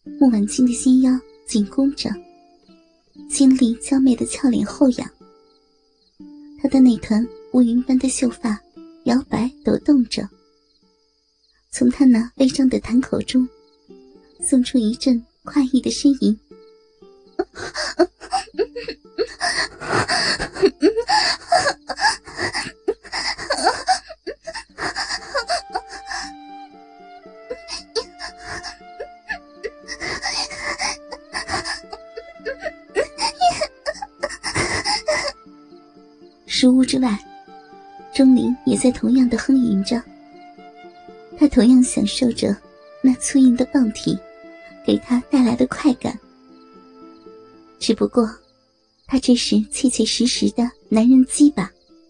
穆婉清的纤腰紧弓着，清丽娇媚的俏脸后仰，她的那团乌云般的秀发摇摆抖动着，从她那微张的潭口中送出一阵快意的呻吟。书屋之外，钟灵也在同样的哼吟着，她同样享受着那粗硬的棒体给她带来的快感。只不过她这是切切实实的男人鸡巴。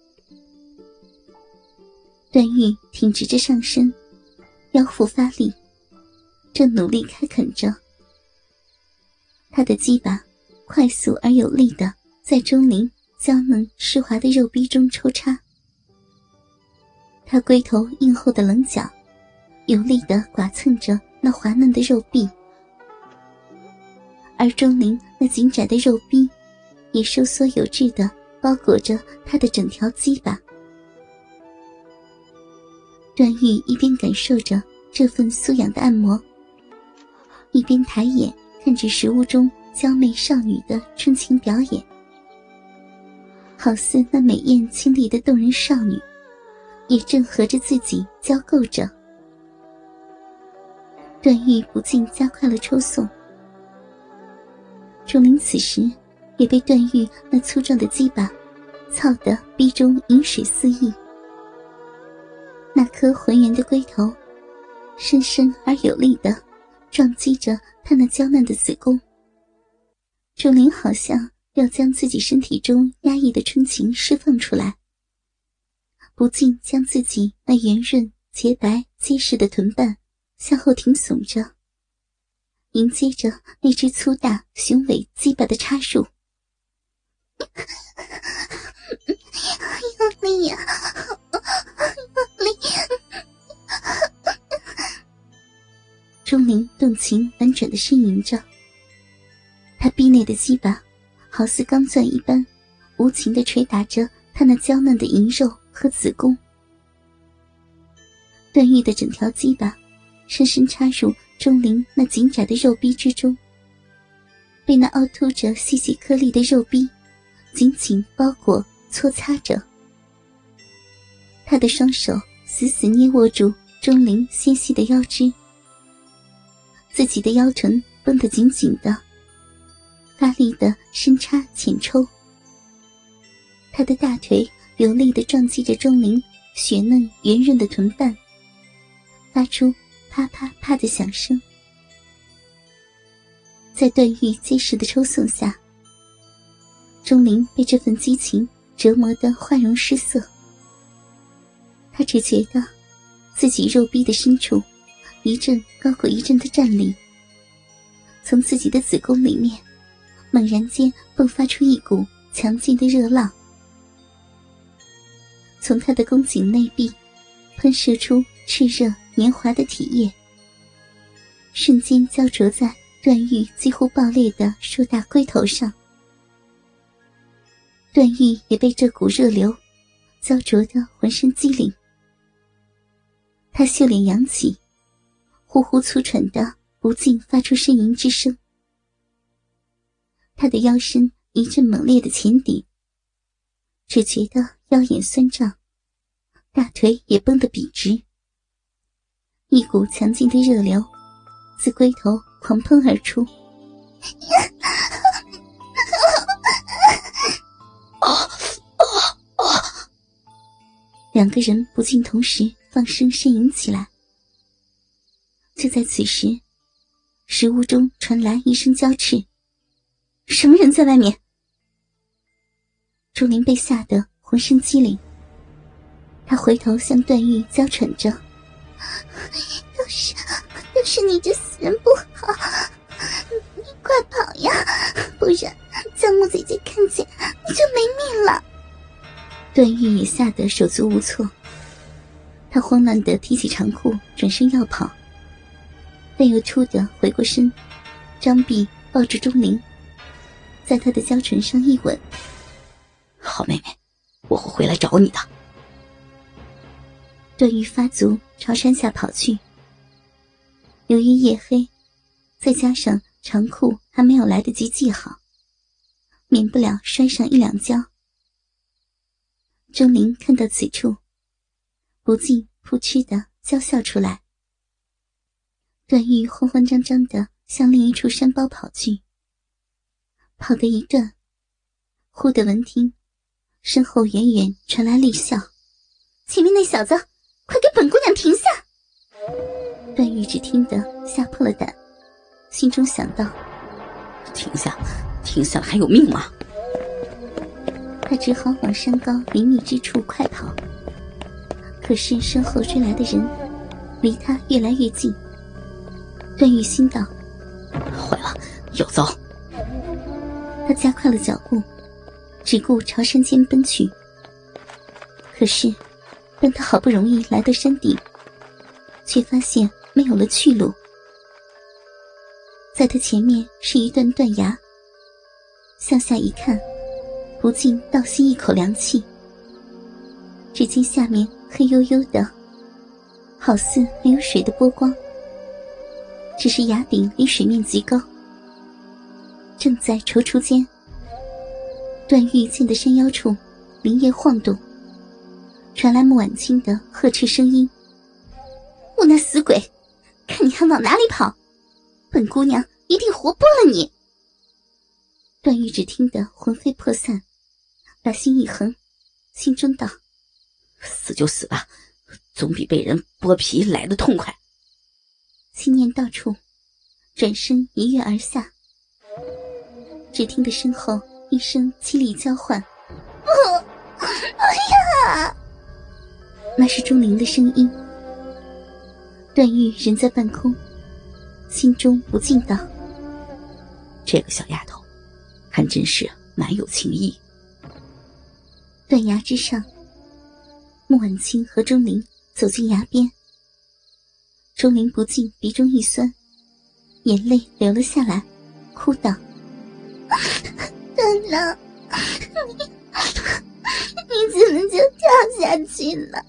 段誉挺直着上身，腰腹发力，正努力开垦着。他的鸡巴快速而有力地在钟灵娇嫩湿滑的肉壁中抽插，他龟头硬厚的棱角有力地剐蹭着那滑嫩的肉壁，而钟灵那紧窄的肉壁也收缩有致地包裹着他的整条鸡巴。段誉一边感受着这份酥痒的按摩，一边抬眼看着食物中娇媚少女的春情表演，好似那美艳清丽的动人少女也正和着自己交媾着。段誉不禁加快了抽送，钟灵此时也被段誉那粗壮的鸡巴操得逼中饮水四溢，那颗浑圆的龟头深深而有力地撞击着他那娇嫩的子宫。钟灵好像要将自己身体中压抑的春情释放出来，不禁将自己那圆润洁白结实的臀瓣向后挺耸着，迎接着那只粗大雄伟鸡巴的插入。用力呀，用力！钟灵动情婉转地呻吟着，他逼内的鸡巴好似钢钻一般无情地捶打着他那娇嫩的银肉和子宫。段誉的整条鸡巴深深插入钟灵那紧窄的肉壁之中，被那凹凸着细细颗粒的肉壁紧紧包裹搓擦着。他的双手死死捏握住钟灵纤细的腰肢，自己的腰臀绷得紧紧的，发力的深插浅抽。他的大腿有力地撞击着钟灵雪嫩圆润的臀瓣，发出啪啪啪的响声。在段誉结实的抽送下，钟灵被这份激情折磨得花容失色。他只觉得自己肉壁的深处一阵高过一阵的战栗，从自己的子宫里面猛然间迸发出一股强劲的热浪，从他的宫颈内壁喷射出炽热黏滑的体液，瞬间焦灼在段誉几乎爆裂的硕大龟头上。段誉也被这股热流焦灼得浑身激灵，他秀脸扬起，呼呼粗喘的不禁发出呻吟之声。他的腰身一阵猛烈的前顶，只觉得腰眼酸胀，大腿也绷得笔直，一股强劲的热流自龟头狂喷而出。两个人不禁同时放声呻吟起来。就在此时，食物中传来一声娇斥：“什么人在外面？”钟灵被吓得浑身激灵，他回头向段誉娇喘着：“都是你这死人不好，你快跑呀，不然叫穆姐姐看见你就没命了。”段誉也吓得手足无措，他慌乱地提起长裤转身要跑，但又突地回过身， 张臂抱住钟灵，在她的娇唇上一吻。 好妹妹，我会回来找你的。 段誉发足朝山下跑去。由于夜黑，再加上长裤还没有来得及系好，免不了摔上一两跤。钟灵看到此处，不禁扑哧的娇笑出来。段誉慌慌张张地向另一处山包跑去，跑得一段，忽地闻听身后远远传来厉笑：“前面那小子，快给本姑娘停下！”段誉只听得吓破了胆，心中想到： 停下了还有命吗？ 他只好往山高林密之处快跑，可是身后追来的人离他越来越近。段誉心道： 坏了，有糟！ 他加快了脚步，只顾朝山间奔去。可是当他好不容易来到山顶，却发现没有了去路。在他前面是一段断崖，向下一看，不禁倒吸一口凉气。只见下面黑黝黝的，好似没有水的波光，只是崖顶离水面极高。正在踌躇间，段誉见得山腰处林叶晃动，传来穆婉清的呵斥声音：“我那死鬼，看你还往哪里跑！本姑娘一定活剥了你！”段誉只听得魂飞魄散，把心一横，心中道： 死就死吧，总比被人剥皮来得痛快。 心念到处，转身一跃而下。只听得身后一声凄厉交唤：“哎呀！”那是钟灵的声音。段誉人在半空，心中不禁道： 这个小丫头还真是蛮有情义。 断崖之上，穆婉清和钟灵走进崖边。钟灵不禁鼻中一酸，眼泪流了下来，哭道：段郎，你怎么就跳下去了？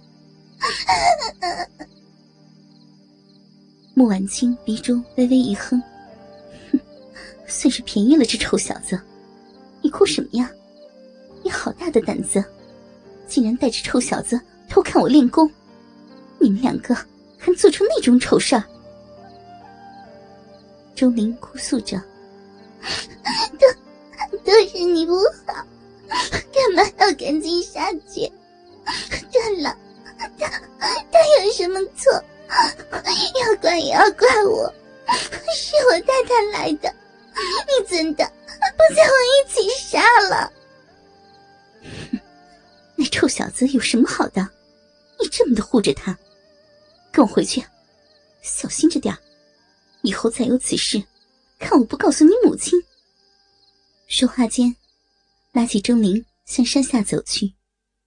穆婉清鼻中微微一哼，算是便宜了这臭小子。你哭什么呀？你好大的胆子，竟然带着臭小子偷看我练功，你们两个还做出那种丑事儿。钟灵哭诉着：都是你不好，干嘛要赶尽杀绝？段郎，他有什么错？要怪也要怪我，是我带他来的，你怎的不将我一起杀了？那臭小子有什么好的？你这么的护着他，跟我回去，小心着点，以后再有此事，看我不告诉你母亲。说话间，拉起钟灵向山下走去。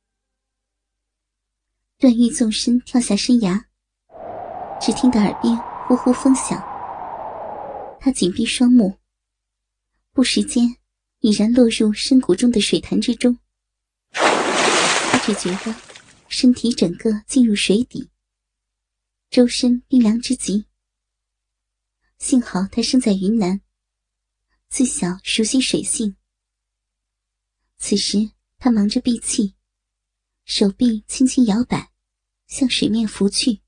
段誉纵身跳下山崖，只听得耳边呼呼风响。他紧闭双目，不时间已然落入深谷中的水潭之中。他只觉得身体整个进入水底，周身冰凉之极。幸好他生在云南，自小熟悉水性。此时他忙着闭气，手臂轻轻摇摆，向水面浮去。